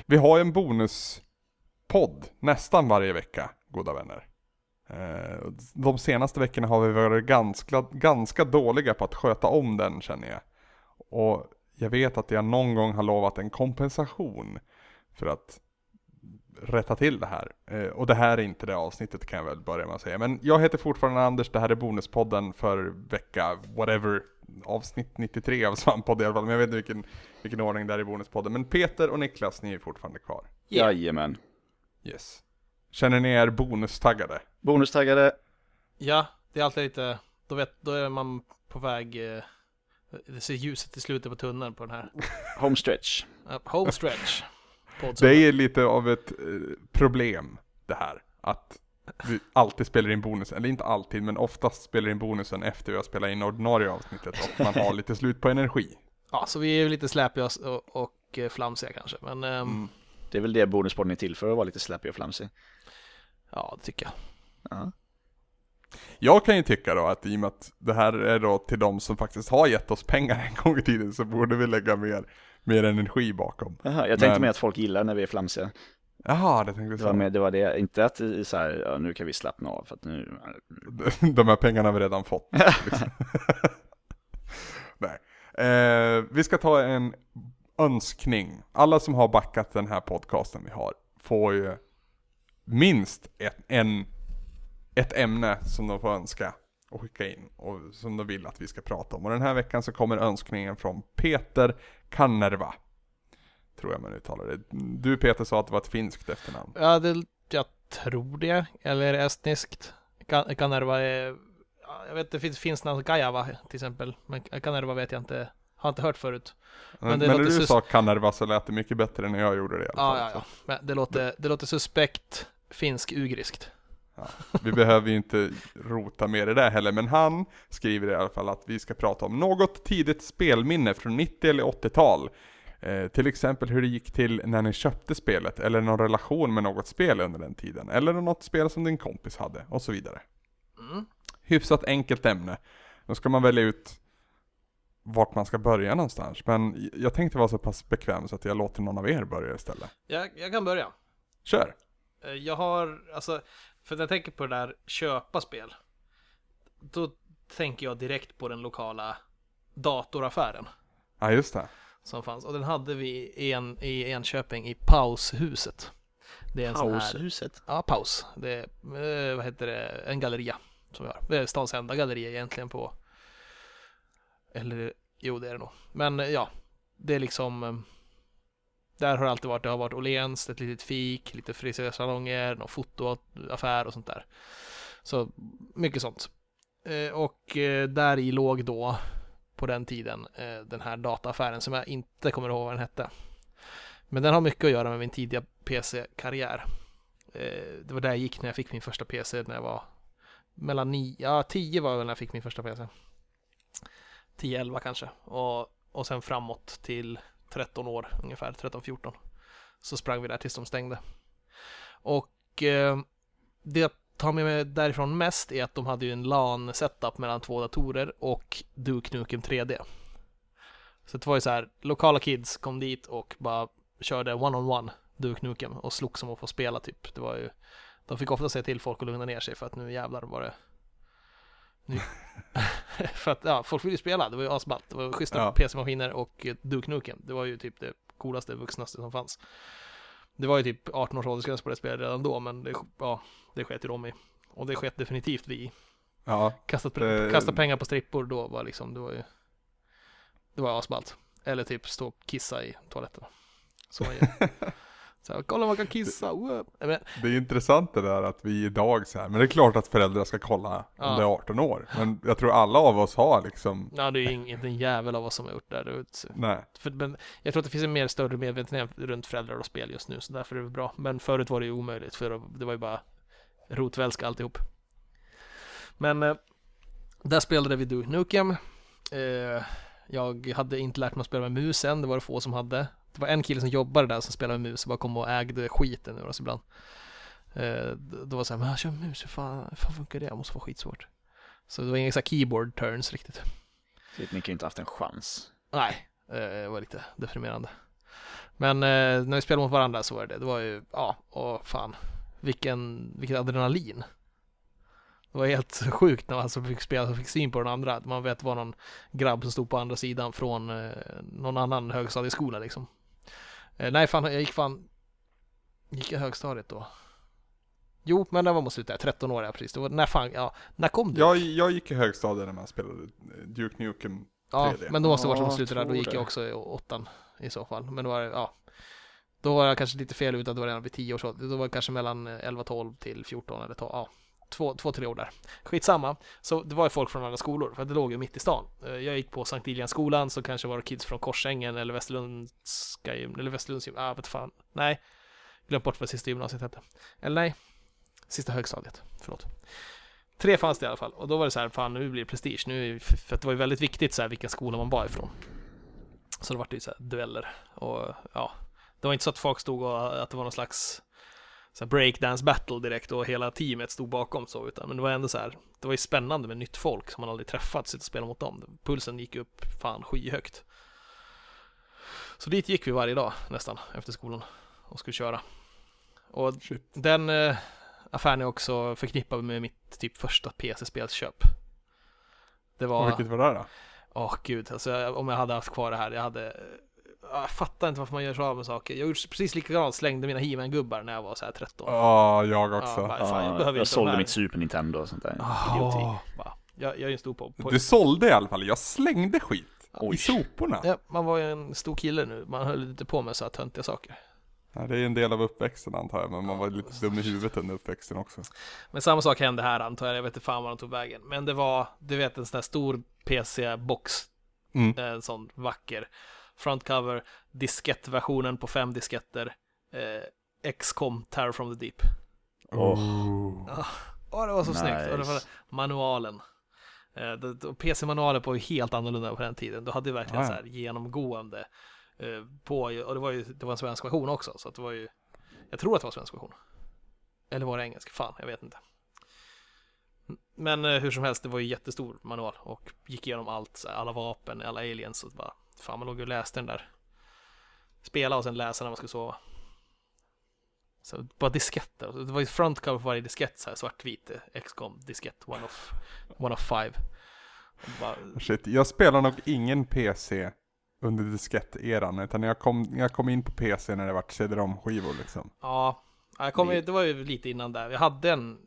Vi har en bonuspodd nästan varje vecka, goda vänner. De senaste veckorna har vi varit ganska dåliga på att sköta om den, känner jag. Och jag vet att jag någon gång har lovat en kompensation för att rätta till det här. Och det här är inte det avsnittet, kan jag väl börja med att säga. Men jag heter fortfarande Anders, det här är bonuspodden för vecka whatever, avsnitt 93 av Svamppodd i alla fall. Men jag vet inte vilken ordning där är i bonuspodden. Men Peter och Niklas, ni är fortfarande kvar. Jajamän. Yes. Känner ni er bonustaggade? Bonustaggade. Ja, det är alltid lite, då är man på väg, det ser ljuset i slutet på tunneln på den här. Homestretch. Homestretch. Det är lite av ett problem det här. Att vi alltid spelar in bonusen. Eller inte alltid, men oftast spelar in bonusen efter vi har spelat in ordinarie avsnittet. Och man har lite slut på energi. Ja, så vi är lite släpiga och flamsiga kanske. Men, det är väl det bonuspodden är till för, att vara lite släpig och flamsig. Ja, det tycker jag. Ja. Jag kan ju tycka då att i och med att det här är då till de som faktiskt har gett oss pengar en gång i tiden, så borde vi lägga mer energi bakom. Aha, jag tänkte med att folk gillar när vi är flamsiga. Jaha, det tänkte jag säga. Det var det. Inte att så här, ja, nu kan vi slappna av för att nu... De här pengarna har vi redan fått. Liksom. Nej. Vi ska ta en önskning. Alla som har backat den här podcasten vi har får ju minst ett ämne som de får önska och skicka in och som de vill att vi ska prata om. Och den här veckan så kommer önskningen från Peter Kanerva. Tror jag man uttalar det. Du, Peter, sa att det var ett finskt efternamn. Ja, jag tror det. Eller estniskt. Kanerva är... Jag vet, det finns namn Kajava till exempel. Men Kanerva vet jag inte. Har inte hört förut. Men när du sa Kanerva så lät det mycket bättre än när jag gjorde det i alla fall. Ja. Men det låter suspekt finsk-ugriskt. Ja, vi behöver ju inte rota mer i det heller, men han skriver i alla fall att vi ska prata om något tidigt spelminne från 90 eller 80-tal. Till exempel hur det gick till när ni köpte spelet, eller någon relation med något spel under den tiden, eller något spel som din kompis hade, och så vidare. Hyfsat enkelt ämne. Då ska man välja ut vart man ska börja någonstans, men jag tänkte vara så pass bekväm så att jag låter någon av er börja istället. Jag kan börja. Kör! Jag har, alltså, för när jag tänker på det där köpa spel, då tänker jag direkt på den lokala datoraffären. Ja, just det. Som fanns, och den hade vi i Enköping i Paushuset. Det är en Paushuset? Sån här, ja, Paus. Det är, vad heter det, en galleria som vi har. Det är stans enda galleria egentligen på, eller jo, det är det nog. Men ja, det är liksom, där har det alltid varit, det har varit Åhléns, ett litet fik, lite frisörsalonger, någon fotoaffär och sånt där. Så mycket sånt. Och där i låg då på den tiden den här dataaffären som jag inte kommer ihåg vad den hette. Men den har mycket att göra med min tidiga PC-karriär. Det var där jag gick när jag fick min första PC när jag var mellan 10 var jag när jag fick min första PC. 10-11 kanske. Och sen framåt till 13 år ungefär, 13-14. Så sprang vi där tills de stängde. Och det jag tar med mig därifrån mest är att de hade ju en LAN-setup mellan 2 datorer och Duke Nukem 3D. Så det var ju så här, lokala kids kom dit och bara körde one-on-one Duke Nukem och slogs om att få spela typ. Det var ju, de fick ofta säga till folk att lugna ner sig för att nu jävlar var det för att ja, folk ville ju spela, det var ju asballt. Det var schyssta PC-maskiner och Duke Nukem. Det var ju typ det coolaste, vuxnaste som fanns. Det var ju typ 18 års åldersgräns på det spelet redan då, men det sket ju de i. Och det sket definitivt vi i. Ja. Kasta pengar på strippor då var liksom, det var asballt. Eller typ stå och kissa i toaletten. Så kolla man kan kissa. Det är intressant det där att vi idag så här, men det är klart att föräldrar ska kolla om det är 18 år. Men jag tror alla av oss har liksom... Ja, det är ju ingen jävel av oss som har gjort det. Nej. Men jag tror att det finns en större medvetenhet runt föräldrar och spel just nu, så därför är det bra. Men förut var det ju omöjligt, för det var ju bara rotvälska alltihop. Men där spelade vi Duke Nukem. Jag hade inte lärt mig att spela med musen, det var det få som hade. Det var en kille som jobbade där som spelade med mus och bara kom och ägde skiten nu så ibland. Då var det så här, men jag kör mus, hur fan funkar det? Jag måste få skitsvårt. Så det var inga keyboard turns riktigt. Så ni kan ju inte haft en chans. Nej, det var lite deprimerande. Men när vi spelade mot varandra så var det var ju, ja, och fan, vilken adrenalin. Det var helt sjukt när man alltså fick spela och fick syn på den andra. Man vet var någon grabb som stod på andra sidan från någon annan högstadieskola liksom. Nej fan, gick jag högstadiet då? Jo, men det var mot slutet, 13 år precis. Det var, när kom du? Jag gick i högstadiet när man spelade Duke Nukem 3D. Ja, men då måste det varit mot slutet där. Då tror gick det. jag också i 8 i så fall. Men då var det, då var jag kanske lite fel ut att det var redan vid 10 års ålder. Då var det kanske mellan 11-12 till 14 eller 2-3 år där. Skitsamma. Så det var ju folk från andra skolor, för det låg ju mitt i stan. Jag gick på Sankt Lilians-skolan, så kanske var det kids från Korsängen eller Västerlunds, vet fan. Nej, glöm bort vad sista gymnasiet hette. Eller nej, sista högstadiet, förlåt. 3 fanns det i alla fall. Och då var det så här, fan nu blir det prestige. För att det var ju väldigt viktigt så här, vilken skola man var ifrån. Så det var ju så här dueller. Och ja, det var inte så att folk stod och att det var någon slags så här breakdance battle direkt och hela teamet stod bakom så, utan men det var ändå så här, det var ju spännande med nytt folk som man aldrig träffat, sitta och spela mot dem. Pulsen gick upp fan skyhögt. Så dit gick vi varje dag nästan efter skolan och skulle köra. Och den affären är också förknippad med mitt typ första PC-spelsköp. Det var... Och vilket var det då? Gud, alltså om jag hade haft kvar det här, jag fattar inte varför man gör så av med saker. Jag gjorde precis likadant, slängde mina He-Man-gubbar när jag var så här 13. Ja, jag också. Jag sålde mitt Super Nintendo och sånt där. Idioti. Jag är ju en stor på. Du sålde i alla fall, jag slängde skit i soporna. Ja, man var ju en stor kille nu. Man höll lite på med så här töntiga saker. Ja, det är en del av uppväxten antar jag, men man var lite dum i huvudet under uppväxten också. Men samma sak hände här antar jag vet inte fan var de tog vägen. Men det var, du vet en sån här stor PC-box. En sån vacker frontcover, diskettversionen på 5 disketter, XCOM Terror from the Deep. Det var så snyggt. Och det var manualen. PC-manualen var ju helt annorlunda på den tiden. Då hade vi verkligen så här genomgående på, och det var en svensk version också, så att det var ju, jag tror att det var en svensk version. Eller var det engelsk? Fan, jag vet inte. Men hur som helst, det var ju jättestor manual och gick igenom allt, så här, alla vapen, alla aliens och bara, fan man låg och läste den där. Spela och sen läsa när man skulle sova. Så bara disketter. Det var ju frontcover på varje diskett så här, svartvit XCOM diskett one of 5. Shit, jag spelar nog ingen PC under disketteran, utan jag kom in på PC när det var CD-ROM-skivor liksom. Ja, det var ju lite innan där. Jag hade en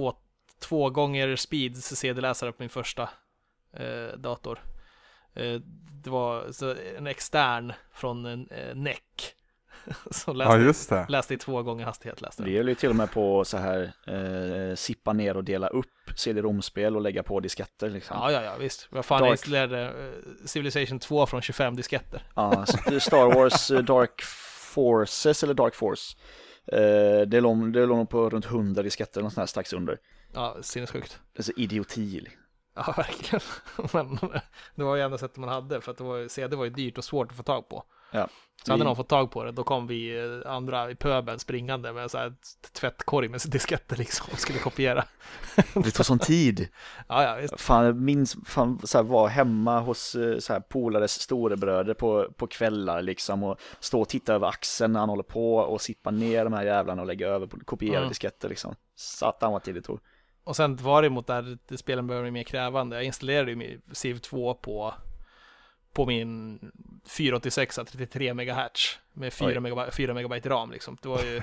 2 gånger speed CD-läsare på min första dator. Det var så en extern från en NEC som läste i 2 gånger hastighet. Det gäller ju till och med på så här sippa ner och dela upp CD-ROM-spel och lägga på disketter liksom. Ja, visst. Vad fan, jag installerade Civilization 2 från 25 disketter. Ja, Star Wars Dark Forces eller Dark Force. Det låg på runt 100 disketter eller sån här strax under. Ja, sinnessjukt. Det är så idioti. Ja, verkligen. Men det var ju enda sättet man hade, för att CD var ju dyrt och svårt att få tag på. Ja. Så hade någon fått tag på det, då kom vi andra i pöben springande med så här tvättkorg med disketter liksom och skulle kopiera. Det tog sån tid. Ja, visst. Fan, så här, var hemma hos så här polares storebröder på kvällar liksom och stå och titta över axeln när han håller på och sippa ner de här jävlarna och lägga över på kopierade disketter liksom. Satan vad tid det tog. Och sen var det mot där spelen började bli mer krävande. Jag installerade ju Civ 2 på min 486 33 MHz med 4 megabyte ram liksom. Det var ju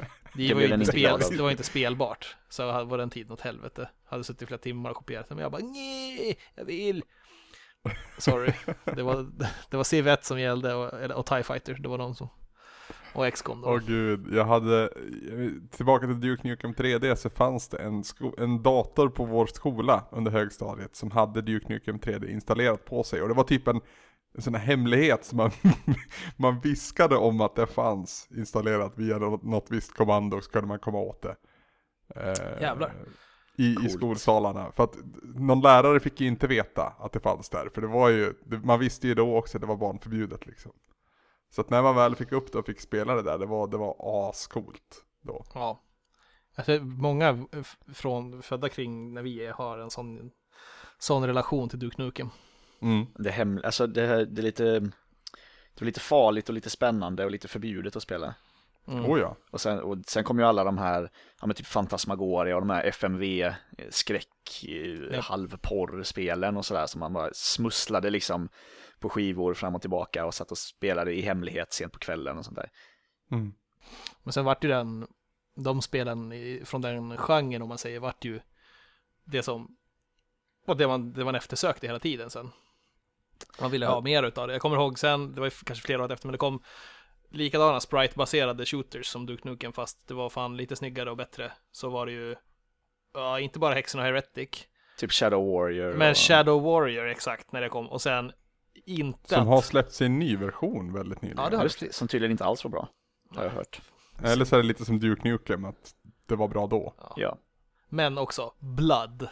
det var inte spelbart. Så var den tiden åt helvete. Hade suttit i flera timmar och kopierat men jag bara nej, jag vill. Sorry. Det var Civ 1 som gällde och TIE Fighter, det var de som och XCOM då. Gud, tillbaka till Duke Nukem 3D, så fanns det en dator på vår skola under högstadiet som hade Duke Nukem 3D installerat på sig, och det var typ en sån här hemlighet som man viskade om att det fanns installerat via något visst kommando, så kunde man komma åt det. Jävlar. I skolsalarna, för att någon lärare fick ju inte veta att det fanns där, för det var ju, man visste ju då också att det var barnförbjudet liksom. Så att när man väl fick upp det och fick spela det där, det var ascoolt då. Ja. Alltså, många födda kring när vi har en sån relation till Duke Nukem. Det är lite Det var lite farligt och lite spännande och lite förbjudet att spela. Oh ja. Och sen kom ju alla de här, ja men typ Fantasmagoria och de här FMV, skräck, halvporrspelen och sådär som man bara smusslade liksom på skivor fram och tillbaka och satt och spelade i hemlighet sent på kvällen och sånt där. Mm. Men sen vart ju de spelen från den genren, om man säger, vart ju det som, och det man eftersökte hela tiden sen. Man ville ha mer utav det. Jag kommer ihåg sen, det var kanske flera år efter, men det kom likadana sprite-baserade shooters som Duke Nukem, fast det var fan lite snyggare och bättre. Så var det ju inte bara Hexen och Heretic. Typ Shadow Warrior. Men Shadow Warrior, exakt, när det kom. Och sen inte som har släppt sin ny version väldigt nyligen. Ja, det har Just det, som tydligen inte alls var bra, har jag hört. Eller så är det lite som Duke Nukem, att det var bra då. Ja. Men också Blood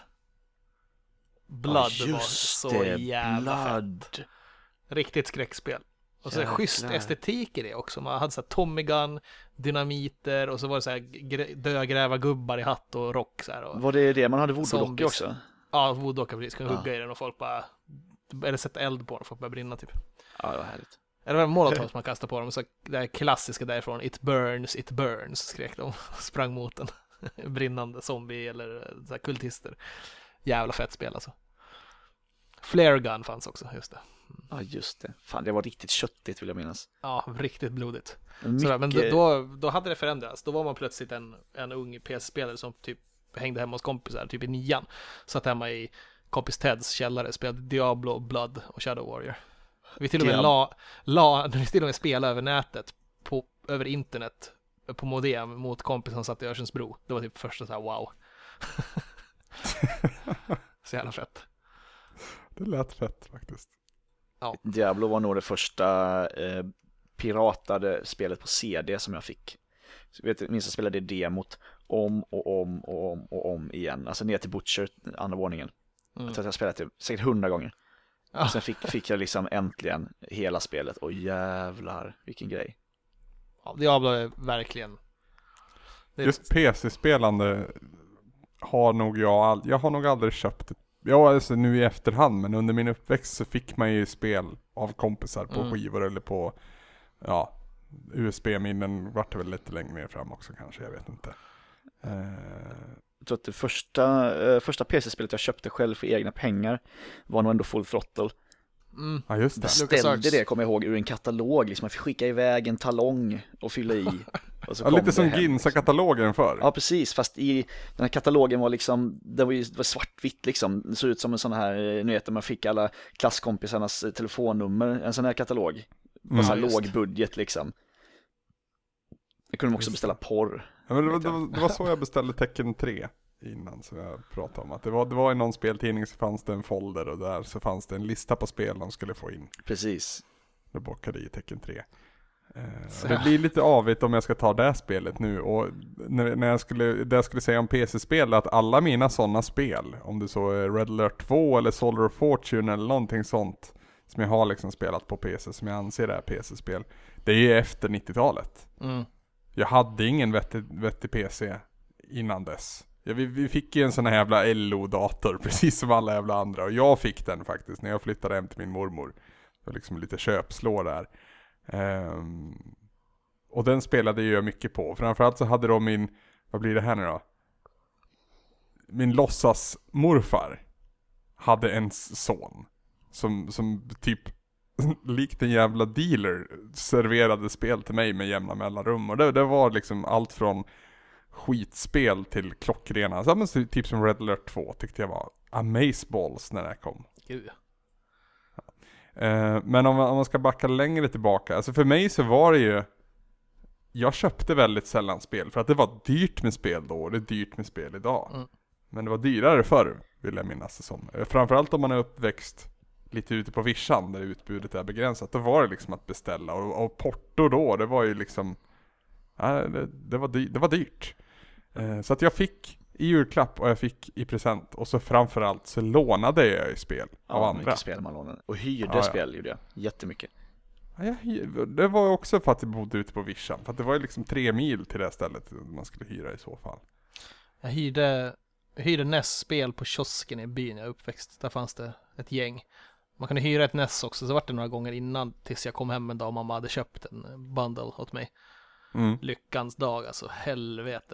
var så jävla fett. Riktigt skräckspel. Och så Jäklar. schysst estetik i det också. Man hade så här Tommy Gun, dynamiter, och så var det så här dödgräva gubbar i hatt och rock så här, och Var det man hade voodoo-dockor också? ja, voodoo-dockor, precis. Kunde hugga i den och folk bara, eller sätta eld på den och folk började brinna typ. Ja, det var härligt. Eller var det molotov som man kastade på dem, så det här klassiska därifrån, it burns, skrek de, sprang mot en brinnande zombie eller så här kultister. Jävla fett spel alltså. Flare gun fanns också, just det. Ja, just det. Fan, det var riktigt köttigt, vill jag minnas. Ja, riktigt blodigt. Mycket... Sådär, men då hade det förändrats. Då var man plötsligt en ung PS-spelare som typ hängde hemma hos kompisar, typ i 9:an. Satt hemma i kompis Teds källare, spelade Diablo, Blood och Shadow Warrior. Vi till och med spelade över nätet, över internet, på modem mot kompis som satt i Örsundsbro. Det var typ första så här wow. Så jävla fett. Det lät fett faktiskt. Ja. Diablo var nog det första piratade spelet på CD som jag fick. Så minst jag spelade det demot om igen. Alltså ner till Butcher, andra våningen. Jag tror att jag spelat det säkert 100 gånger. Ja. Och sen fick jag liksom äntligen hela spelet. Och jävlar, vilken grej. Ja, Diablo är verkligen... Just PC-spelande har nog jag har nog aldrig köpt ett. Ja, alltså nu i efterhand, men under min uppväxt så fick man ju spel av kompisar på skivor eller på USB-minnen. Vart det väl lite längre ner fram också kanske, jag vet inte. Jag tror att det första PC-spelet jag köpte själv för egna pengar var nog ändå Full Throttle. Ja, just det. Beställde det, kommer jag ihåg, ur en katalog. Liksom man fick skicka iväg en talong och fylla i. Och så lite som Ginsa-katalogen för. Ja, precis. Fast i den här katalogen var liksom, det var svartvitt liksom. Det såg ut som en sån här, ni vet, man fick alla klasskompisarnas telefonnummer. En sån här katalog. På sån här låg budget liksom. Jag kunde också beställa porr. Ja, men det var så jag beställde Tekken 3 innan, som jag pratade om. Att det var i någon speltidning så fanns det en folder och där så fanns det en lista på spel de skulle få in. Precis. Det bockade i Tekken 3. Det blir lite avigt om jag ska ta det spelet nu. Och när jag skulle säga om PC-spel, att alla mina sådana spel, om det så är Red Alert 2 eller Soldier of Fortune eller någonting sånt som jag har liksom spelat på PC, som jag anser är PC-spel, det är ju efter 90-talet. Jag hade ingen vettig PC innan dess. Vi fick ju en sån här jävla LO-dator, precis som alla jävla andra. Och jag fick den faktiskt när jag flyttade hem till min mormor. Det var liksom lite köpslå där. Och den spelade jag mycket på. Framförallt så hade de vad blir det här nu då? Min låtsas morfar hade en son som typ likt en jävla dealer serverade spel till mig med jämna mellanrum. Och det var liksom allt från skitspel till klockrena. Alltså, men typ som Red Alert 2 tyckte jag var amazeballs när det kom. Gud. Men om man ska backa längre tillbaka, alltså för mig så var det ju, jag köpte väldigt sällan spel för att det var dyrt med spel då och det är dyrt med spel idag. Men det var dyrare förr, vill jag minnas det som. Framförallt om man är uppväxt lite ute på vischan där utbudet är begränsat, då var det liksom att beställa och porto då, det var ju liksom det var dyrt. Så att jag fick i julklapp och jag fick i present, och så framförallt så lånade jag i spel av andra. Mycket spel man lånade. Och hyrde spel gjorde jag jättemycket. Det var också för att jag bodde ute på vischan, för att det var ju liksom 3 mil till det stället man skulle hyra i så fall. Jag hyrde NES-spel på kiosken i byn jag uppväxt. Där fanns det ett gäng. Man kunde hyra ett NES också, så var det några gånger innan tills jag kom hem en dag och mamma hade köpt en bundle åt mig. Lyckans dag, alltså helvete.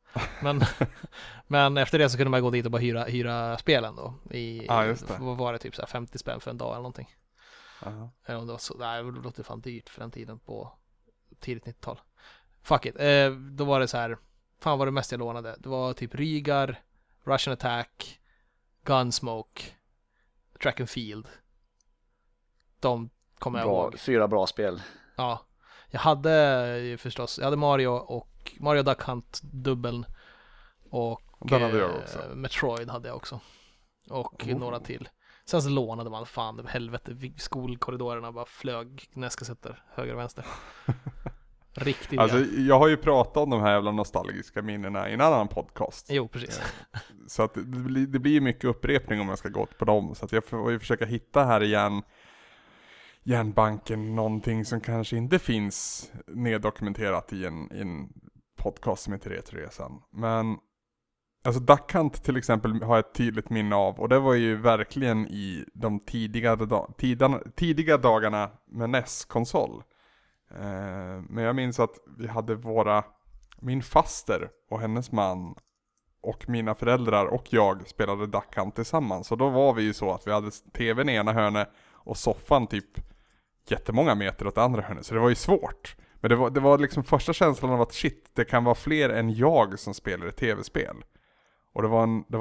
Men efter det så kunde man gå dit och bara hyra spelen då. Vad var det, typ så här 50 spänn för en dag eller någonting. Det var så, det låter fan dyrt för den tiden på tidigt 90-tal. Fuck it. Då var det så här, fan var det mest jag lånade? Det var typ Rygar, Russian Attack, Gunsmoke, Track and Field. De kommer jag ihåg. 4 bra spel. Ja. Jag hade Mario Duck Hunt dubbeln och den hade jag också. Metroid hade jag också. Och några till. Sen så lånade man fan helvete, skolkorridorerna bara flög näskassetter höger och vänster. Riktigt. Alltså jag har ju pratat om de här jävla nostalgiska minnena i en annan podcast. Jo, precis. Så att det blir mycket upprepning om jag ska gå på dem. Så att jag får ju försöka hitta här igen järnbanken någonting som kanske inte finns neddokumenterat i en podcast som heter Retroresan. Men alltså Duck Hunt till exempel har jag ett tydligt minne av, och det var ju verkligen i de tidiga dagarna med NES-konsol. Men jag minns att vi hade min faster och hennes man och mina föräldrar och jag spelade Duck Hunt tillsammans. Och då var vi ju så att vi hade tvn i ena hörnet och soffan typ jättemånga meter åt andra hörnet. Så det var ju svårt. Men det var liksom första känslan av att shit, det kan vara fler än jag som spelar ett tv-spel. Och det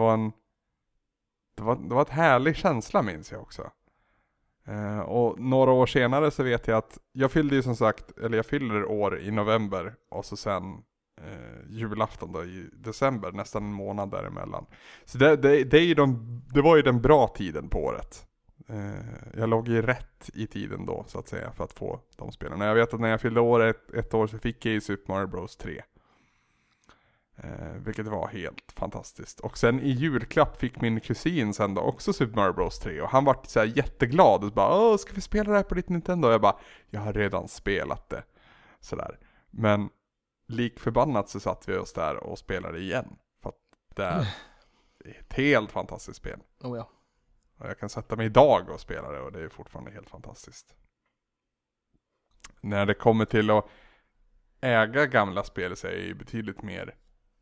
var ett härlig känsla, minns jag också. Och några år senare så vet jag att jag fyller år i november och så sen julafton då i december, nästan en månad däremellan. Så det var ju den bra tiden på året. Jag låg ju rätt i tiden då så att säga för att få de spelen. Jag vet att när jag fyllde år ett år så fick jag ju Super Mario Bros 3. Vilket var helt fantastiskt. Och sen i julklapp fick min kusin sen då också Super Mario Bros 3. Och han var så här jätteglad och så bara, ska vi spela det här på ditt Nintendo? Och jag bara, jag har redan spelat det. Sådär. Men lik förbannat så satt vi oss där och spelade igen. För att det är ett helt fantastiskt spel. Oh ja. Och jag kan sätta mig idag och spela det och det är fortfarande helt fantastiskt. När det kommer till att äga gamla spel så är det ju betydligt mer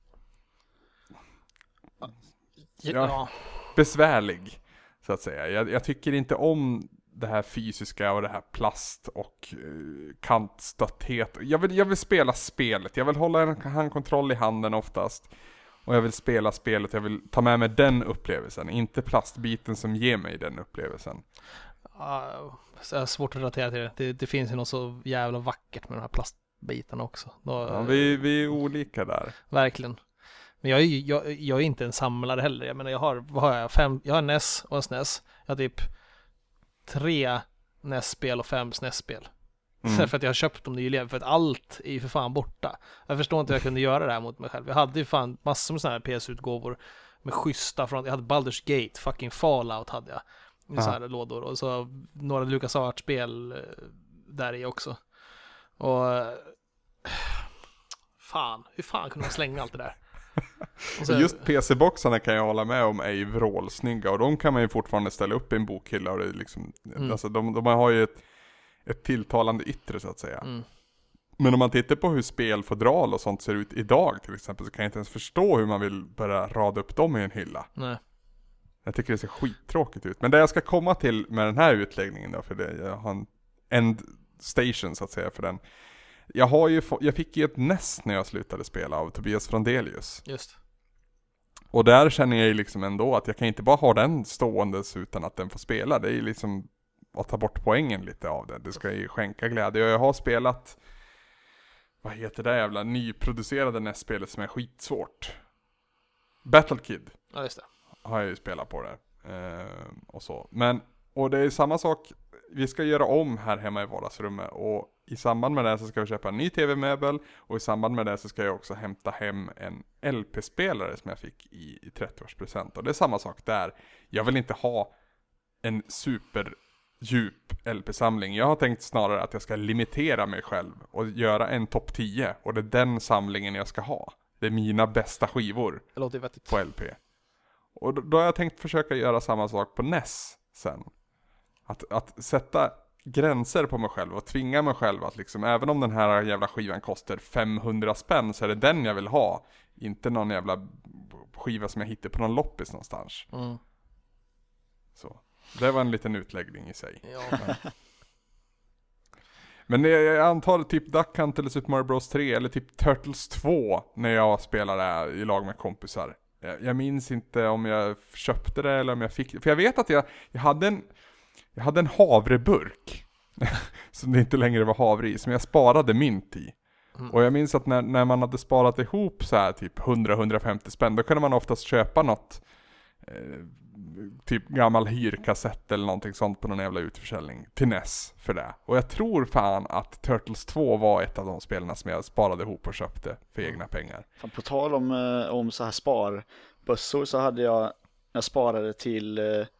besvärlig så att säga. Jag tycker inte om det här fysiska och det här plast och kantstötthet. Jag vill spela spelet. Jag vill hålla en handkontroll i handen oftast. Och jag vill spela spelet. Jag vill ta med mig den upplevelsen. Inte plastbiten som ger mig den upplevelsen. Svårt att relatera till det. Det finns ju något så jävla vackert med de här plastbitarna också. Vi är olika där. Verkligen. Men jag är inte en samlare heller. Jag menar, jag har en NES och en SNES. Jag har typ 3 NES-spel och 5 SNES-spel. För att jag har köpt dem nyligen. För att allt är ju för fan borta. Jag förstår inte hur jag kunde göra det här mot mig själv. Jag hade ju fan massor med sådana här PS-utgåvor med schyssta från. Jag hade Baldur's Gate, fucking Fallout hade jag i sådana här lådor. Och så några LucasArts-spel där i också. Och hur fan kunde man slänga allt det där? Så, just PC-boxarna kan jag hålla med om är ju vrålsnygga. Och de kan man ju fortfarande ställa upp i en bokhylla. Och det är liksom, alltså de har ju ett tilltalande yttre så att säga. Men om man tittar på hur spelfodral och sånt ser ut idag till exempel, så kan jag inte ens förstå hur man vill börja rada upp dem i en hylla. Nej. Jag tycker det ser skittråkigt ut. Men det jag ska komma till med den här utläggningen då, för jag har en end station så att säga för den. Jag fick ju ett NES när jag slutade spela av Tobias Frondelius. Just. Och där känner jag ju liksom ändå att jag kan inte bara ha den ståendes utan att den får spela. Det är ju liksom att ta bort poängen lite av det. Det ska ju skänka glädje. Och jag har spelat, vad heter det jävla nyproducerade NES-spelet som är skitsvårt. Battle Kid. Ja, just det. Har jag ju spelat på det. Och så. Och det är samma sak. Vi ska göra om här hemma i vardagsrummet. Och i samband med det så ska vi köpa en ny tv-möbel. Och i samband med det så ska jag också hämta hem en LP-spelare som jag fick i 30-årspresent. Och det är samma sak där. Jag vill inte ha en superdjup LP-samling. Jag har tänkt snarare att jag ska limitera mig själv och göra en topp 10. Och det är den samlingen jag ska ha. Det är mina bästa skivor på LP. Och då har jag tänkt försöka göra samma sak på NES sen. Att sätta gränser på mig själv och tvinga mig själv att liksom, även om den här jävla skivan kostar 500 spänn så är det den jag vill ha. Inte någon jävla skiva som jag hittar på någon loppis någonstans. Så, det var en liten utläggning i sig. Ja. Men jag antar typ Duck Hunt eller Super Mario Bros 3 eller typ Turtles 2 när jag spelade i lag med kompisar. Jag minns inte om jag köpte det eller om jag fick det. För jag vet att jag hade en havreburk som det inte längre var havre i, som jag sparade mynt i. Och jag minns att när man hade sparat ihop så här typ 100-150 spänn, då kunde man oftast köpa något typ gammal hyrkassett eller någonting sånt på någon jävla utförsäljning till NES för det. Och jag tror fan att Turtles 2 var ett av de spelarna som jag sparade ihop och köpte för egna pengar. På tal om så här sparbössor så hade jag sparade till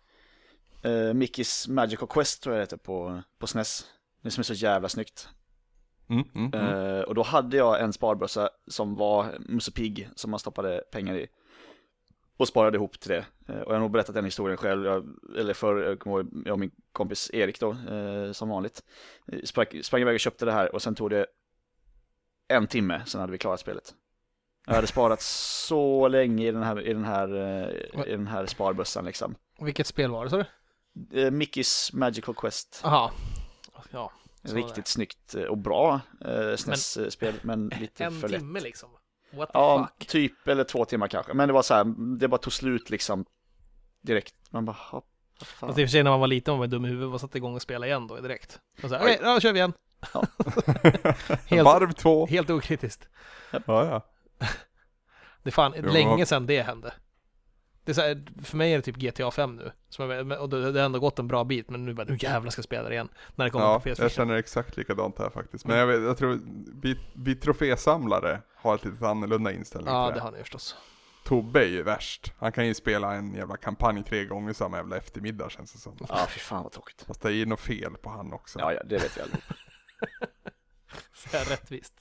Mickey's Magical Quest tror jag det heter på SNES. Det som är så jävla snyggt. Och då hade jag en sparbössa som var Musse Pigg som man stoppade pengar i och sparade ihop till det. Och jag har nog berättat den historien själv, jag och min kompis Erik då, som vanligt. Sprang iväg och köpte det här och sen tog det 1 timme, sen hade vi klarat spelet. Jag hade sparat så länge i den här sparbössan liksom. Vilket spel var det, så du? Mickey's Magical Quest. Aha. Ja. Riktigt snyggt och bra SNES-spel, men lite för lätt. 1 timme liksom. What the fuck? Typ, eller 2 timmar kanske. Men det var så här, det bara tog slut liksom direkt. Man bara, vad fan. Fast i och för sig när man var liten och var dum i huvudet och satte igång och spela igen då direkt. Och så här, okej, då kör vi igen. Ja. Varv 2. Helt okritiskt. Ja. Det är fan länge sedan det hände. Det är så här, för mig är det typ GTA 5 nu. Och det har ändå gått en bra bit, men nu jävlar ska jag spela det igen. När det kommer på PS4. Jag känner exakt likadant här faktiskt. Men jag tror vi trofésamlare har ett lite annorlunda inställning. Ja, det har ni förstås. Tobbe är ju värst. Han kan ju spela en jävla kampanj 3 gånger samma jävla eftermiddag, känns det som. Ja, fy fan vad tråkigt. Fast det är ju något fel på han också. Ja, det vet jag aldrig. Så är rättvist.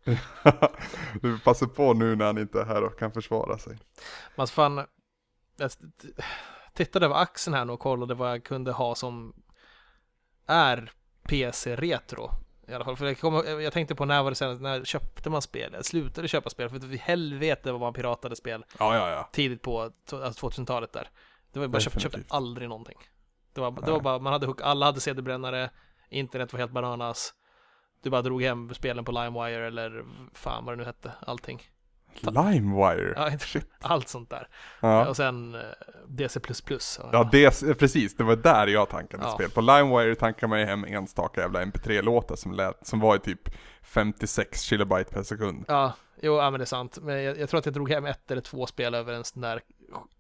Du passar på nu när han inte är här och kan försvara sig. Men fan, jag tittade över axeln här och kollade vad jag kunde ha som är PC-retro. I alla fall, för jag tänkte på när var det senast, när köpte man spel? Jag slutade köpa spel, för i helvete var man piratade spel. Ja. Tidigt på 2000-talet där. Det var bara köpte aldrig någonting. Det var bara, man hade alla hade CD-brännare, internet var helt bananas. Du bara drog hem spelen på LimeWire eller fan vad det nu hette, allting. LimeWire? Ja, allt sånt där. Ja. Och sen DC++. Ja, precis. Det var där jag tankade spel. På LimeWire tankade man ju hem enstaka jävla MP3-låtar som var i typ 56 kilobyte per sekund. Ja, men det är sant. Men jag tror att jag drog hem 1 eller 2 spel över en sån där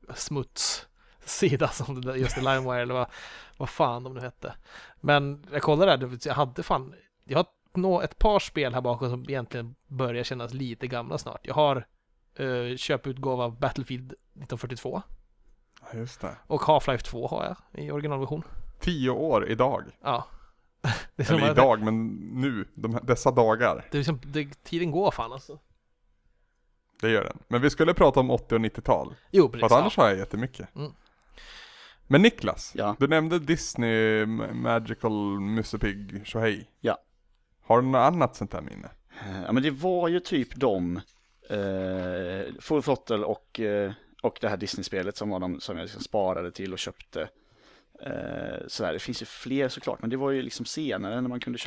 smutssida som det just i LimeWire eller vad fan de nu hette. Men jag kollade där, jag har ett par spel här bakom som egentligen börjar kännas lite gamla snart. Jag har köputgåva av Battlefield 1942. Ja, just det. Och Half-Life 2 har jag i originalversion. 10 år idag. Ja. Eller idag, men nu, dessa dagar. Det är liksom, tiden går fan alltså. Det gör den. Men vi skulle prata om 80- och 90-tal. Jo, precis. För annars har jag jättemycket. Mm. Men Niklas, ja. Du nämnde Disney Magical Musse Pigg Shohei. Ja. Har du något annat sånt här minne? Ja, men det var ju typ Full Throttle och det här Disney-spelet som var de som jag liksom sparade till och köpte. Sådär. Det finns ju fler såklart, men det var ju liksom senare när man kunde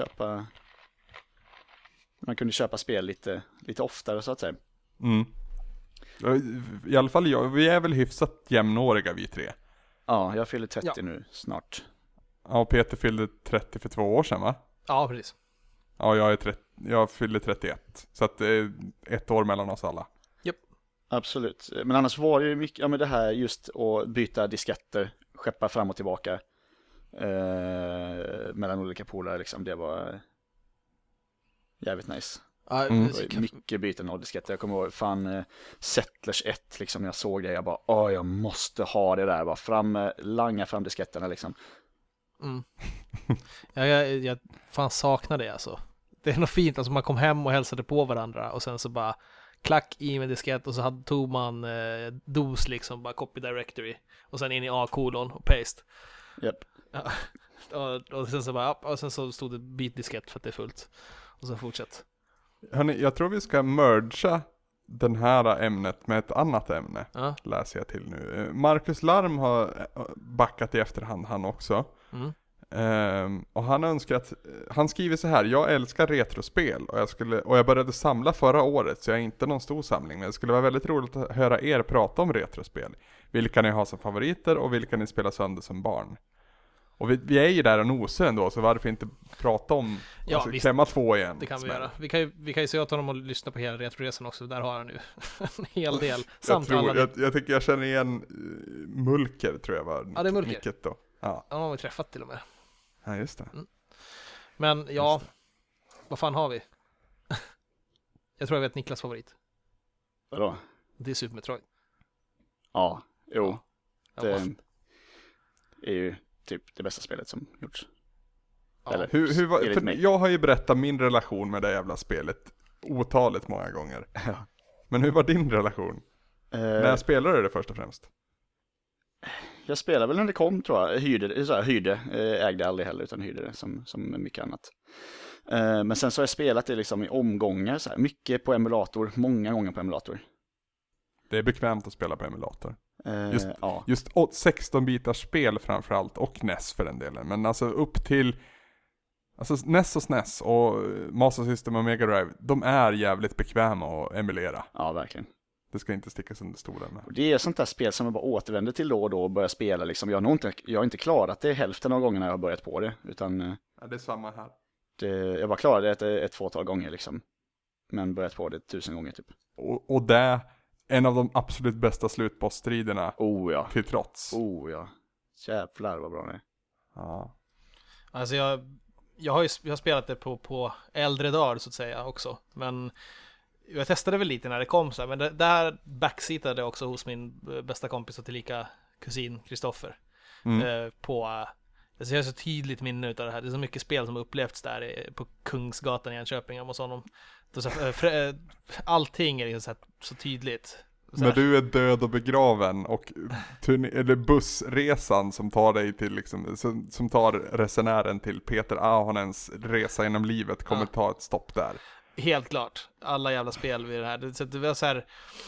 köpa spel lite oftare så att säga. Mm. I alla fall vi är väl hyfsat jämnåriga vi 3. Ja, jag fyller 30 nu snart. Ja, och Peter fyllde 30 för 2 år sedan, va? Ja, precis. Ja, jag fyllde 31. Så att det är 1 år mellan oss alla. Japp. Absolut. Men annars var det ju mycket, med det här just att byta disketter, skeppa fram och tillbaka mellan olika polare liksom. Det var jävligt nice. Mycket byten av disketter. Jag kommer ihåg Settlers 1 liksom, när jag såg det, jag bara, jag måste ha det där, bara langa fram disketterna liksom. Mm. Jag fan saknar det alltså. Det är nog fint, alltså man kom hem och hälsade på varandra och sen så bara klack i med diskett och så tog man DOS liksom, bara copy directory och sen in i A:, och paste. Japp. Ja. och sen så bara, och sen så stod det byt diskett för att det är fullt. Och så fortsätt. Hörrni, jag tror vi ska mergea den här ämnet med ett annat ämne. Ja. Läser jag till nu. Marcus Larm har backat i efterhand han också. Och han önskar att, han skriver så här: jag älskar retrospel och jag började samla förra året, så jag är inte någon stor samling, men det skulle vara väldigt roligt att höra er prata om retrospel. Vilka ni har som favoriter och vilka ni spelar sönder som barn. Och vi är ju där och nosar ändå, så varför inte prata om, Ja, alltså, visst. klämma 2 igen. Det kan vi göra. Vi kan ju se åt honom och lyssna på hela Retroresan också. Där har han ju en hel del samtal. Jag tycker jag känner igen Mulker, tror jag var. Ja, det är Mulker. Nicket då. Ja. Han har vi träffat till och med. Ja, just det. Men ja, vad fan har vi? Jag tror jag vet Niklas favorit. Vadå? Det är Super Metroid. Ja, jo. Det Ja. är ju typ det bästa spelet som gjorts. Ja. Eller, Hur var, enligt för mig. jag har ju berättat min relation med det jävla spelet otaligt många gånger. Ja. Men hur var din relation? När spelade du det först och främst? Jag spelade väl när det kom, tror jag. Hyrde. Ägde aldrig heller, utan hyrde det som mycket annat. Men sen så har jag spelat det liksom i omgångar. Så här, mycket på emulator, många gånger på emulator. Det är bekvämt att spela på emulator. Ja. Just 16-bitars spel framförallt, och NES för den delen. Men alltså upp till, alltså NES och SNES och Master System och Mega Drive, de är jävligt bekväma att emulera. Ja, verkligen. Det ska inte stickas under stolen med. Och det är sånt där spel som jag bara återvänder till då och då och börjar spela. Liksom. Jag har inte klarat det hälften av gångerna jag har börjat på det. Utan Ja, det är samma här. jag bara klarade det ett fåtal gånger liksom. Men börjat på det 1000 gånger typ. Och det är en av de absolut bästa slutbossstriderna Oh ja. till trots. Oh ja. Jävlar vad bra det är. Ja. Alltså jag har spelat det på äldre dagar så att säga också. Men jag testade väl lite när det kom så här, men det här backseatade också hos min bästa kompis och tillika kusin Kristoffer. Alltså jag har så tydligt minne utav det här. Det är så mycket spel som har upplevts där på Kungsgatan i Jönköping hos honom. Allting är liksom så tydligt. När du är död och begraven och eller bussresan som tar dig till liksom, som tar resenären till Peter Ahonens resa genom livet kommer ta ett stopp där. Helt klart. Alla jävla spel vid det här. Det var så här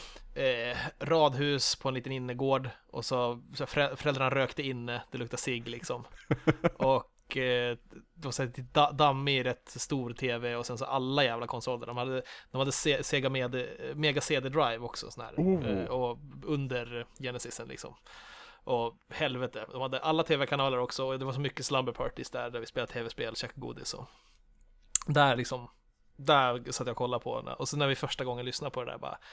radhus på en liten innergård och så föräldrarna rökte inne, det luktade cigg liksom. Och det var så här dammig, rätt stor tv och sen så alla jävla konsoler. De hade Sega Mega CD Drive också sån här, och under Genesisen liksom. Och helvete, de hade alla tv-kanaler också och det var så mycket slumber parties där vi spelade tv-spel, käkade godis och där liksom, där satt jag och kollade på den. Och så när vi första gången lyssnade på det där bara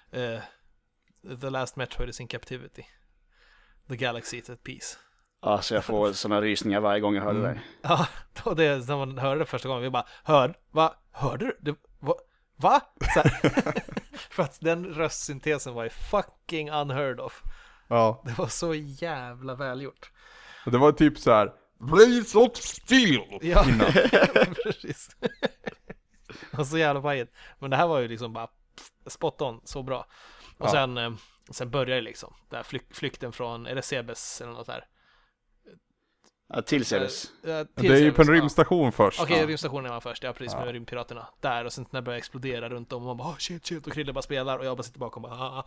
The Last Metroid is in captivity. The Galaxy is at peace. Ja, så jag får såna rysningar varje gång jag hör det där. Ja, och det när man hörde det första gången vi bara hörde du? Va? Så här, för att den röstsyntesen var ju fucking unheard of. Ja. Det var så jävla välgjort. Och det var typ så här: Blaze of Steel! Ja, precis. Det var så jävla pajigt. Men det här var ju liksom bara spot on, så bra. Och sen börjar det liksom där flykten från, är det Sebes eller något där? Ja, till Sebes. Det är ju på en rymstation först. Okej, rymstationen var först, ja precis, med rymdpiraterna. Där, och sen när det börjar explodera runt om och man bara shit, och Krille bara spelar och jag bara sitter bakom och bara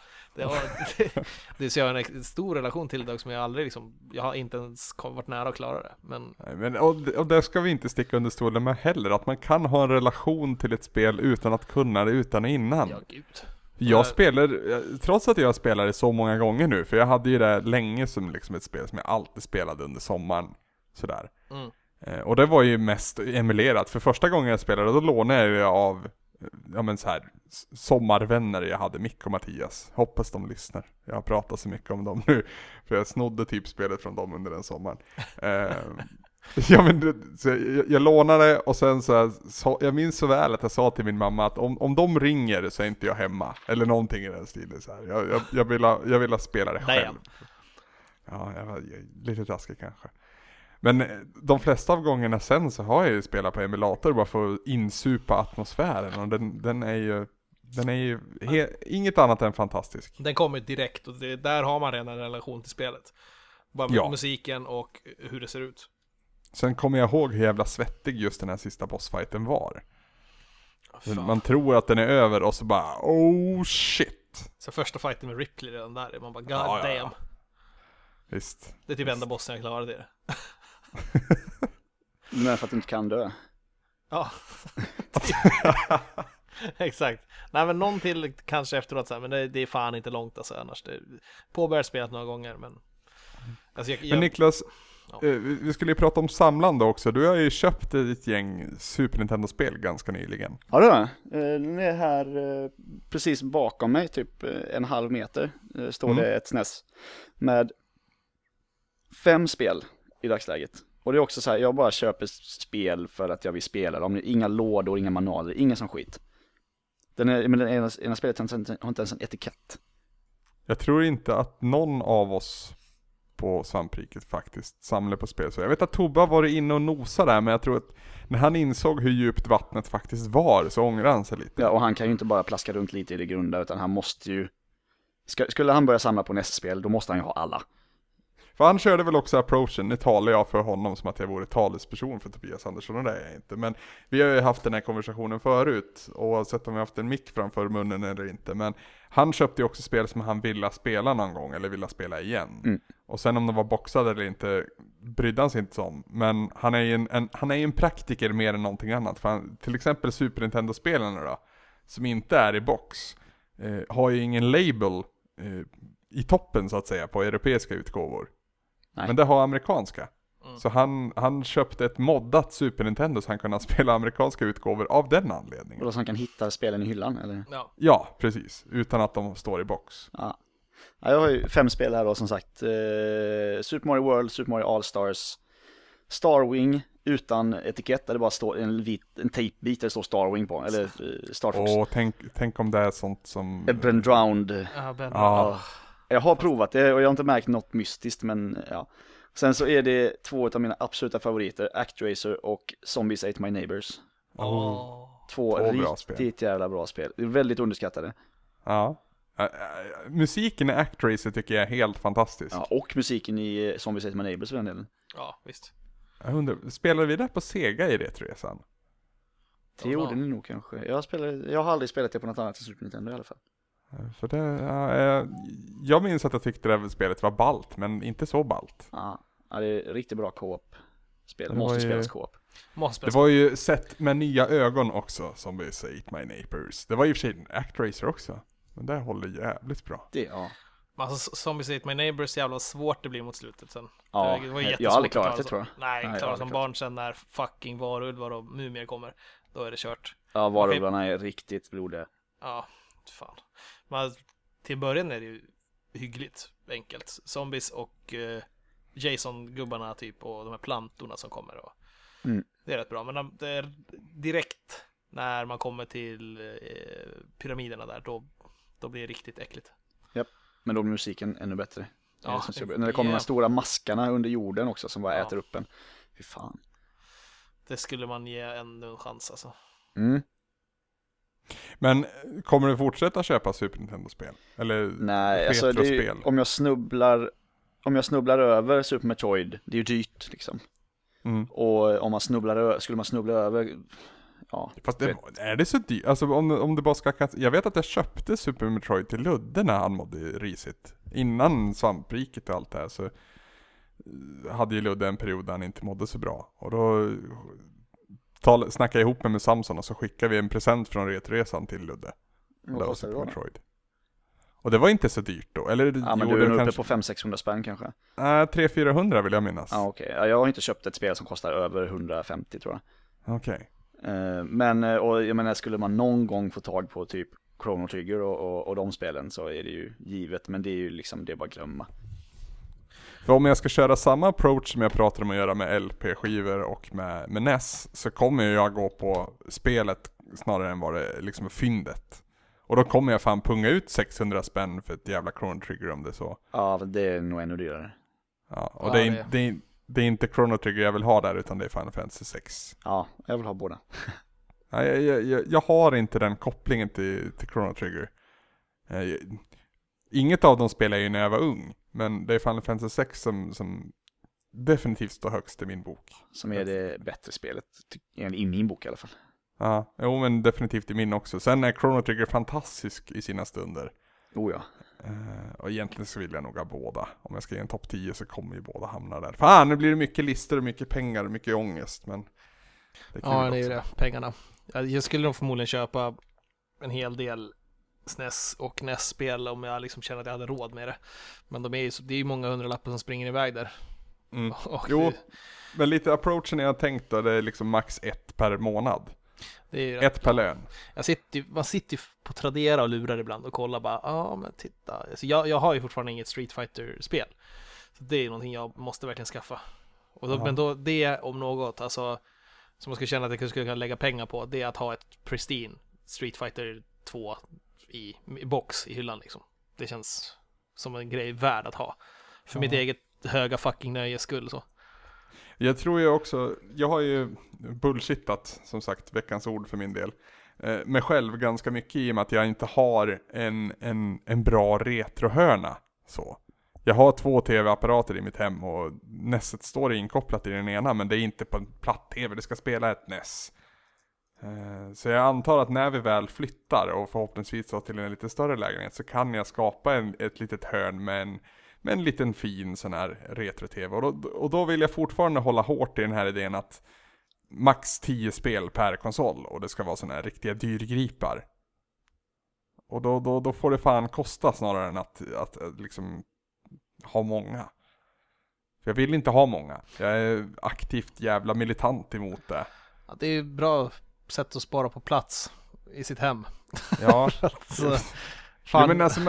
det är så jag har en stor relation till det som jag aldrig liksom, jag har inte ens varit nära att klara det. Men Nej, men och det ska vi inte sticka under stolen med heller, att man kan ha en relation till ett spel utan att kunna det utan och innan. ja, gud. Jag spelar, trots att jag spelar det så många gånger nu, för jag hade ju det länge som liksom ett spel som jag alltid spelade under sommaren. Sådär. Och det var ju mest emulerat. För första gången jag spelade, då lånade jag av så här sommarvänner jag hade, Mick och Mattias. Hoppas de lyssnar. Jag har pratat så mycket om dem nu, för jag snodde typ spelet från dem under den sommaren. Så jag lånade och sen så jag minns så väl att jag sa till min mamma att om de ringer så är inte jag hemma. Eller någonting i den stilen så här. Jag vill spela det själv. Ja, jag var lite taskig kanske. Men de flesta av gångerna sen så har jag ju spelat på emulator bara för att insupa atmosfären. Och den är ju inget annat än fantastisk. Den kommer direkt och där har man redan en relation till spelet. Bara med musiken och hur det ser ut. Sen kommer jag ihåg hur jävla svettig just den här sista bossfighten var. Fan. Man tror att den är över och så bara, oh shit. Så första fighten med Ripley redan där, man bara god Ja, ja, ja. damn. Visst. Det är typ enda bossen jag klarade det. Men för att du inte kan dö. Ja. Exakt. Nej men någon till kanske efteråt så här, men det är fan inte långt alltså annars. Påbörjat spelat några gånger men alltså Men Niklas, Ja. vi skulle ju prata om samlande också. Du har ju köpt ett gäng Super Nintendo-spel ganska nyligen. Ja, det var. Den är här precis bakom mig, typ en halv meter, står det ett SNES med 5 spel i dagsläget. Och det är också så här, jag bara köper spel för att jag vill spela dem. Inga lådor, inga manualer, ingen som skit. Men den ena spelet har inte ens en etikett. Jag tror inte att någon av oss på Svampriket faktiskt samlar på spel. Så jag vet att Tobbe har varit inne och nosat där, men jag tror att när han insåg hur djupt vattnet faktiskt var så ångrar han sig lite. Ja, och han kan ju inte bara plaska runt lite i det grunda, utan han måste ju... Skulle han börja samla på NES-spel, då måste han ju ha alla. För han körde väl också approachen, nu talar jag för honom som att jag vore talesperson för Tobias Andersson, och det är jag inte. Men vi har ju haft den här konversationen förut, oavsett om vi har haft en mick framför munnen eller inte. Men han köpte ju också spel som han ville spela någon gång, eller ville spela igen. Och sen om de var boxade eller inte, brydde han sig inte om. Men han är ju en praktiker mer än någonting annat. För han, till exempel Super Nintendo-spelarna då, som inte är i box, har ju ingen label i toppen så att säga på europeiska utgåvor. Nej. Men det har amerikanska. Så han köpte ett moddat Super Nintendo så han kunde spela amerikanska utgåvor av den anledningen. Och då så han kan hitta spelen i hyllan, eller? Ja, precis. Utan att de står i box. Ja. Ja, jag har ju 5 spel här då, som sagt. Super Mario World, Super Mario All-Stars, Starwing utan etikett, där det bara står en tejpbit där det står Starwing på, eller Star Fox. Tänk om det är sånt som... Ben Drowned. Ja. Jag har provat det och jag har inte märkt något mystiskt, men ja. Sen så är det 2 av mina absoluta favoriter, ActRaiser och Zombies Ate My Neighbors. Två bra riktigt spel. jävla bra spel. Det är väldigt underskattade. Ja. Musiken i ActRaiser tycker jag är helt fantastisk. Ja, och musiken i Zombies Ate My Neighbors för den delen. Ja, visst. Jag undrar, spelade vi det på Sega i Retroresan? Det gjorde ni nog kanske. Jag har aldrig spelat det på något annat än Super Nintendo i alla fall. För jag minns att jag tyckte det här spelet var ballt, men inte så ballt. Ja, det är riktigt bra co-op-spel. Det Måste var ju- spelas co-op. Det var ju sett med nya ögon också, som vi säger, My Neighbors. Det var ju i och för sig ActRaiser också. Men det håller jävligt bra. Ja. Men alltså, Zombies Ate My Neighbors, jävla svårt det blir mot slutet sen. Ja, det var jag har aldrig klarat att det, tror jag. Nej, jag har klarar aldrig som klarat barn sen när fucking varulvar och mumier kommer. Då är det kört. Ja, varulvarna är riktigt blodiga. Ja, fan. Men till början är det ju hyggligt enkelt. Zombies och Jason-gubbarna typ och de här plantorna som kommer. Och det är rätt bra. Men det är direkt när man kommer till pyramiderna där, då blir det riktigt äckligt. Japp, men då blir musiken ännu bättre. Ja, när det kommer de stora maskarna under jorden också som bara äter upp en. Fy fan. Det skulle man ge en chans alltså. Men kommer du fortsätta köpa Super Nintendo-spel? Eller nej, alltså det är ju, om jag snubblar över Super Metroid, det är ju dyrt liksom. Och om man skulle man snubbla över, ja. Fast är det så dyrt? Alltså om det bara ska... Jag vet att jag köpte Super Metroid till Ludde när han mådde risigt. Innan svampriket och allt det här så hade ju Ludde en period där han inte mådde så bra. Och då snackade jag ihop med Samson och så skickade vi en present från Retroresan till Ludde. Och det var Super Metroid. Och det var inte så dyrt då. Eller, ja, men du är nog uppe på 500-600 spänn kanske. 300-400 vill jag minnas. Ja, okej. Ja, jag har inte köpt ett spel som kostar över 150 tror jag. Okej. Men och jag menar, skulle man någon gång få tag på typ Chrono Trigger och de spelen så är det ju givet. Men det är ju liksom, det är bara att glömma. För om jag ska köra samma approach som jag pratar om att göra med LP-skivor och med NES, så kommer jag gå på spelet snarare än vad det liksom är fyndet. Och då kommer jag fan punga ut 600 spänn för ett jävla Chrono Trigger om det är så. Ja, det är nog ännu dyrare. Ja, och det är inte Chrono Trigger jag vill ha där, utan det är Final Fantasy 6. Ja, jag vill ha båda. Ja, jag har inte den kopplingen till Chrono Trigger. Inget av dem spelade jag ju när jag var ung. Men det är Final Fantasy 6 som definitivt stå högst i min bok. Som är det bättre spelet, i min bok i alla fall. Ja, jo men definitivt i min också. Sen är Chrono Trigger fantastisk i sina stunder. Oh ja. Och egentligen så vill jag nog ha båda. Om jag ska ge en topp 10 så kommer ju båda hamna där. Fan, nu blir det mycket listor och mycket pengar och mycket ångest. Men det är ju det, pengarna. Jag skulle nog förmodligen köpa en hel del SNES och NES-spel om jag liksom känner att jag hade råd med det. Men det är ju många hundralappar som springer iväg där. Jo, men lite approachen jag tänkt då, det är liksom max 1 per månad. Det är ju 1 per lön. Man sitter ju på Tradera och lurar ibland och kollar bara, men titta. Alltså jag har ju fortfarande inget Street Fighter-spel. Så det är någonting jag måste verkligen skaffa. Och då, men då, det om något, alltså som man skulle känna att jag skulle kunna lägga pengar på, det är att ha ett pristine Street Fighter 2 i box i hyllan liksom. Det känns som en grej värd att ha. För mitt eget höga fucking nöjes skull så. Jag tror ju också, jag har ju bullshittat som sagt veckans ord för min del. Mig själv ganska mycket i och med att jag inte har en bra retrohörna så. Jag har 2 tv-apparater i mitt hem och NESet står inkopplat i den ena, men det är inte på en platt-tv, det ska spela ett NES. Så jag antar att när vi väl flyttar och förhoppningsvis så till en lite större lägenhet så kan jag skapa ett litet hörn med en liten fin sån här retro-tv. Och då vill jag fortfarande hålla hårt i den här idén att max 10 spel per konsol och det ska vara såna här riktiga dyrgripar. Och då får det fan kosta snarare än att liksom ha många. För jag vill inte ha många. Jag är aktivt jävla militant emot det. Ja, det är ett bra sätt att spara på plats i sitt hem. Ja. Så, fan. Ja, men alltså,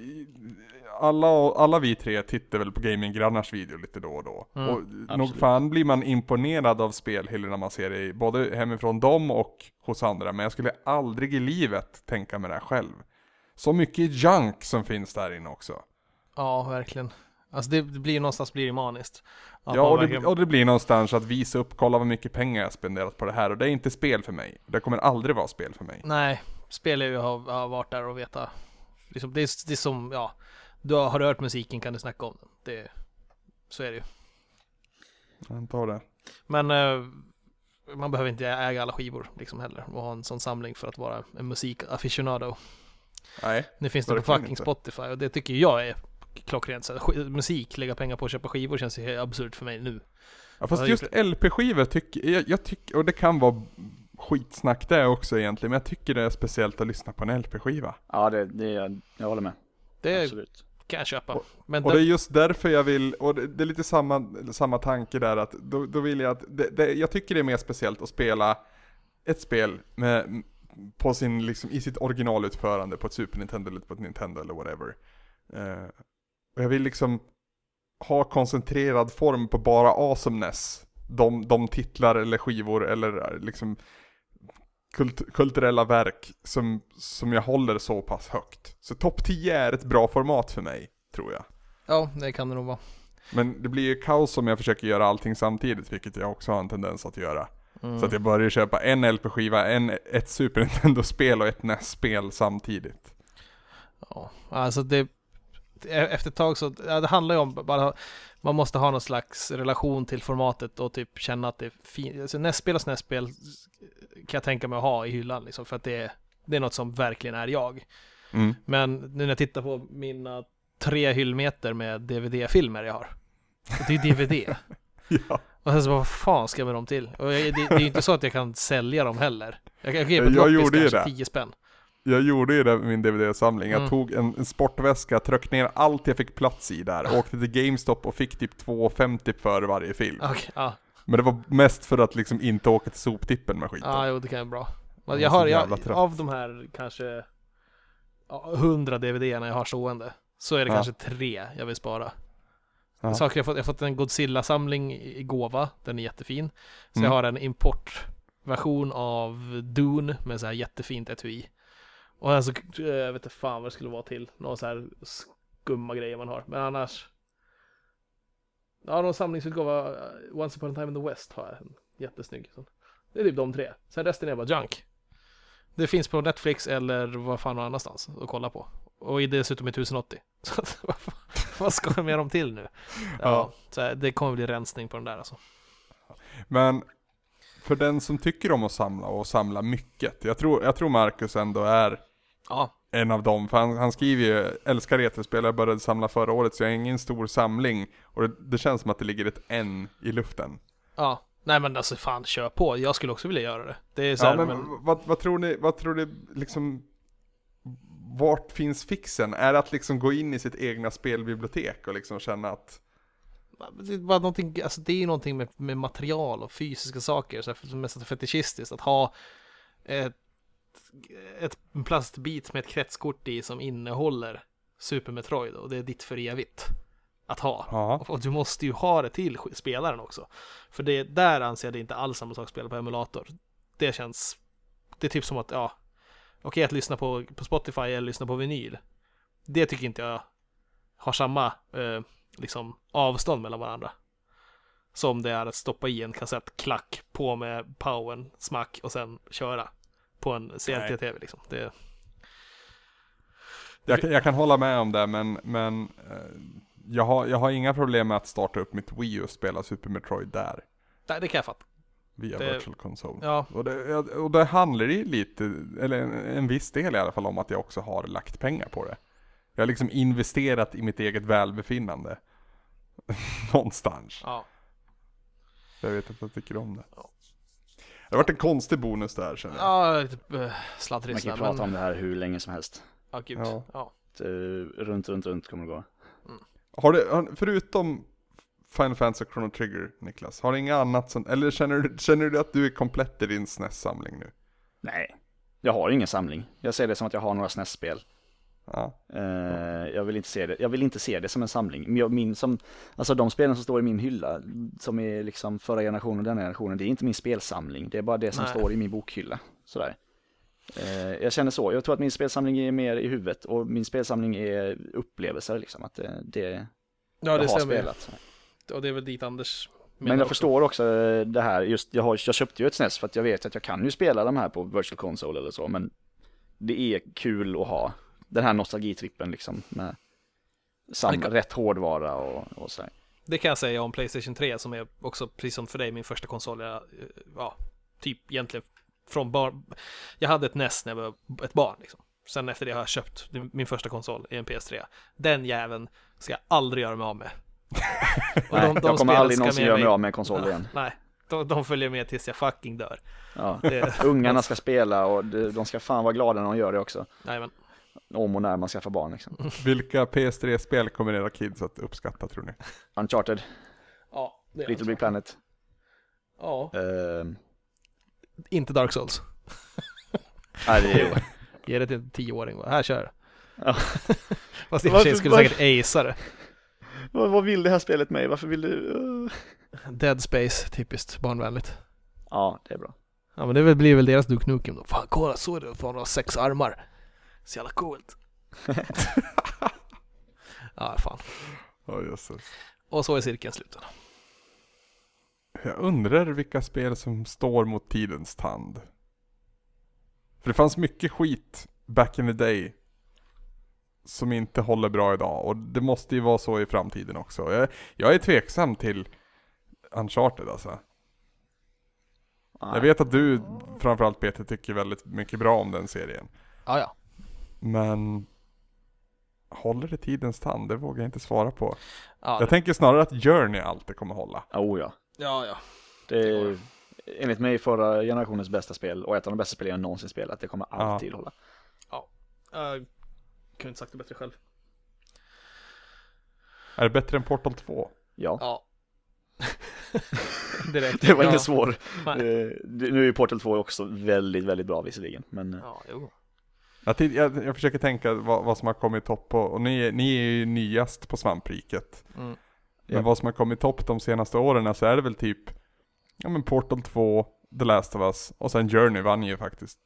alla vi 3 tittar väl på Gaming-grannars video lite då och då. Och nog fan blir man imponerad av spelhyllor när man ser det både hemifrån dem och hos andra. Men jag skulle aldrig i livet tänka mig det själv. Så mycket junk som finns där inne också. Ja, verkligen. Alltså det blir någonstans blir det maniskt. Ja, och det blir någonstans att visa upp, kolla vad mycket pengar jag spenderat på det här. Och det är inte spel för mig. Det kommer aldrig vara spel för mig. Nej, spel är ju har varit där och veta. Liksom, det är som, ja, du har hört musiken kan du snacka om den. Så är det ju. Jag antar det. Men man behöver inte äga alla skivor liksom heller. Och ha en sån samling för att vara en musikaficionado. Nej. Nu finns det på fucking inte. Spotify och det tycker jag är klockrent. Musik, lägga pengar på att köpa skivor känns ju absurt för mig nu. Ja, fast just LP-skivor jag tycker, och det kan vara skitsnack det också egentligen, men jag tycker det är speciellt att lyssna på en LP-skiva. Ja, jag håller med. Det absolut. Kan jag köpa. Och det är just därför jag vill, och det är lite samma tanke där, att då vill jag att, jag tycker det är mer speciellt att spela ett spel på sin, liksom, i sitt originalutförande på ett Super Nintendo eller på ett Nintendo eller whatever. Och jag vill liksom ha koncentrerad form på bara Awesomeness. De titlar eller skivor eller liksom kulturella verk som jag håller så pass högt. Så topp 10 är ett bra format för mig, tror jag. Ja, det kan det nog vara. Men det blir ju kaos om jag försöker göra allting samtidigt, vilket jag också har en tendens att göra. Så att jag börjar köpa en LP-skiva, ett Super Nintendo-spel och ett NES-spel samtidigt. Ja, alltså det efter ett tag så, det handlar ju om bara, man måste ha någon slags relation till formatet och typ känna att det är fint. Alltså NES-spel och SNES-spel kan jag tänka mig att ha i hyllan liksom, för att det är något som verkligen är jag. Men nu när jag tittar på mina 3 hyllmeter med DVD-filmer jag har, det är DVD. Ja. Och sen så bara, vad fan ska jag med dem till? Och det är ju inte så att jag kan sälja dem heller. Jag gjorde ju det. 10 spänn. Jag gjorde ju det med min DVD-samling. Jag tog en sportväska, tryckte ner allt jag fick plats i där. Åkte till GameStop och fick typ 2,50 för varje film. Okay, ja. Men det var mest för att liksom inte åka till soptippen med skiten. Ja, jo, det kan vara bra. Men jag har av de här kanske 100 DVD-erna jag har stående, så är det kanske 3 jag vill spara. Saker jag har fått en Godzilla-samling i gåva. Den är jättefin. Så jag har en importversion av Dune med så här jättefint etui. Och alltså, jag vet inte fan vad det skulle vara till. Någon så här skumma grejer man har. Men annars, ja, någon samlingsutgåva Once Upon a Time in the West har jag en jättesnygg. Det är typ de 3. Sen resten är bara junk. Det finns på Netflix eller vad fan någon annanstans att kolla på. Och dessutom i 1080. Så vad ska jag med dem till nu? Ja. Så det kommer bli rensning på den där alltså. Men för den som tycker om att samla och samla mycket. Jag tror Marcus ändå är en av dem. För han skriver ju, älskar retrospel, jag började samla förra året så jag har ingen stor samling. Och det känns som att det ligger ett N i luften. Ja, nej men alltså fan, kör på. Jag skulle också vilja göra det. Det är så här, men vad tror ni liksom, vart finns fixen? Är det att liksom gå in i sitt egna spelbibliotek och liksom känna att det är bara någonting, alltså det är ju någonting med material och fysiska saker så här, mest fetischistiskt att ha en plastbit med ett kretskort i som innehåller Super Metroid och det är ditt för evigt att ha. Ja. Och du måste ju ha det till spelaren också. För det där anser jag det inte alls samma sak att spela på emulator. Det är typ som att okej, att lyssna på Spotify eller lyssna på vinyl. Det tycker inte jag har samma liksom avstånd mellan varandra. Som det är att stoppa i en kassett, klack, på med powern, smack och sen köra på en CRT-TV liksom. Jag kan hålla med om det, men jag har inga problem med att starta upp mitt Wii och spela Super Metroid där. Nej, det kan jag fatta. Via Virtual Console. Ja. Och det handlar ju lite, eller en viss del i alla fall, om att jag också har lagt pengar på det. Jag har liksom investerat i mitt eget välbefinnande. Någonstans. Ja. Jag vet att jag tycker om det. Ja. Det har varit en konstig bonus där, känner jag. Ja, typ sladdrissla. Man kan prata om det här hur länge som helst. Ja, gud. Ja. Runt kommer det gå. Har förutom Final Fantasy Chrono Trigger, Niklas, har du inga annat som, eller känner du att du är komplett i din SNES-samling nu? Nej, jag har ingen samling. Jag ser det som att jag har några SNES-spel. Ja. Jag vill inte se det som en samling. Alltså de spelen som står i min hylla, som är liksom förra generationen och denna generationen, det är inte min spelsamling. Det är bara det som står i min bokhylla. Sådär. Jag känner så. Jag tror att min spelsamling är mer i huvudet och min spelsamling är upplevelser liksom. Att det jag har spelat. Och det är väl dit Anders men jag förstår också det här. Just, jag köpte ju ett SNES för att jag vet att jag kan ju spela de här på Virtual Console eller så. Men det är kul att ha den här nostalgitrippen liksom med rätt hårdvara och så här. Det kan jag säga om PlayStation 3 som är också, precis som för dig, min första konsol. Typ egentligen från barn. Jag hade ett NES när jag var ett barn liksom. Sen efter det har jag köpt min första konsol i en PS3. Den jäveln ska jag aldrig göra mig av med. Och nej, jag kommer aldrig någonsin göra mig av med en konsol igen. Nej, de följer med tills jag fucking dör. Ja. Ungarna ska spela och de ska fan vara glada när de gör det också. Nej, men om och när man skaffar barn liksom. Vilka PS3-spel kommer era kids att uppskatta, tror ni? Uncharted. Ja, det är Little Big Planet. Ja. Inte Dark Souls. Nej, det är ju. Ge det till en 10-åring. Här, kör. Ja. Fast i och för sig skulle säkert acea det. Vad vill det här spelet med? Varför vill du? Dead Space, typiskt barnvänligt. Ja, det är bra. Ja, men det blir väl deras Duke Nukem då. Fan, kolla, så är det. Fan, har 6 armar. Så jävla coolt. Ja, fan. Oh, Jesus. Och så är cirkeln sluten. Jag undrar vilka spel som står mot tidens tand. För det fanns mycket skit back in the day som inte håller bra idag. Och det måste ju vara så i framtiden också. Jag är tveksam till Uncharted alltså. Jag vet att du, framförallt Peter, tycker väldigt mycket bra om den serien. Ja. Men håller det tidens tand? Det vågar jag inte svara på. Ja, jag tänker snarare att Journey alltid kommer hålla. Ja. Ja. Det är enligt mig förra generationens bästa spel och ett av de bästa spelen jag någonsin spelat. Det kommer alltid hålla. Ja. Jag kunde inte sagt det bättre själv. Är det bättre än Portal 2? Ja. Direkt. Det var ingen svår. Nu är ju Portal 2 också väldigt, väldigt bra visserligen. Men ja, jo. Jag försöker tänka vad som har kommit topp på, och ni är ju nyast på svampriket. Men vad som har kommit topp de senaste åren så är det väl typ Portal 2, The Last of Us och sen Journey vann ju faktiskt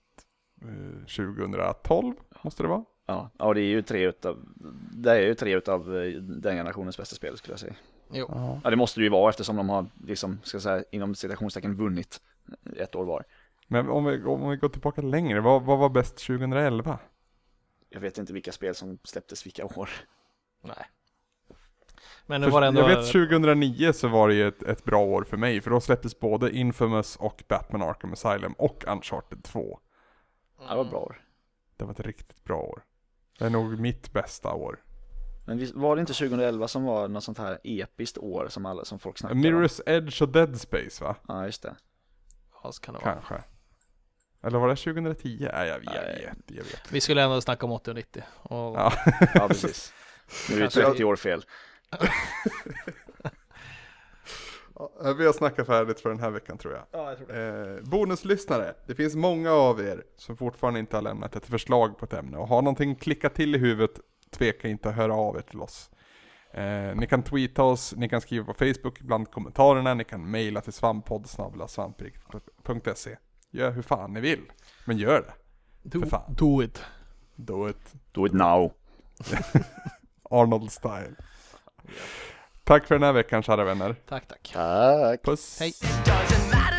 2012 måste det vara. Ja, det är ju tre utav den generationens bästa spel skulle jag säga. Jo. Ja, det måste det ju vara eftersom de har liksom, ska jag säga, inom citationstecken vunnit ett år var. Men om vi går tillbaka längre, vad var bäst 2011? Jag vet inte vilka spel som släpptes vilka år. Nej. Men det var ändå... Jag vet 2009 så var det ju ett bra år för mig. För då släpptes både Infamous och Batman Arkham Asylum och Uncharted 2. Det var bra år. Det var ett riktigt bra år. Det är nog mitt bästa år. Men var det inte 2011 som var något sånt här episkt år som folk snackade om? Mirror's Edge och Dead Space, va? Ja, just det. Ja, så kan det vara. Kanske. Eller var det 2010? Nej, jag vet. Vi skulle ändå snacka om 80 och 90. Och... Ja. Ja, precis. Nu är det 30 år fel. Ja, vi har snackat färdigt för den här veckan, tror jag. Ja, jag tror det. Bonuslyssnare. Det finns många av er som fortfarande inte har lämnat ett förslag på ett ämne. Och har någonting klickat till i huvudet, tveka inte att höra av er till oss. Ni kan tweeta oss, ni kan skriva på Facebook bland kommentarerna, ni kan mejla till svamppodd@svamprikt.se. Gör hur fan ni vill, men gör det. För fan. Do it. Do it. Do it now. Arnold style. Tack för den här veckan, kära vänner. Tack. Tack. Puss. Hej. Doesn't matter.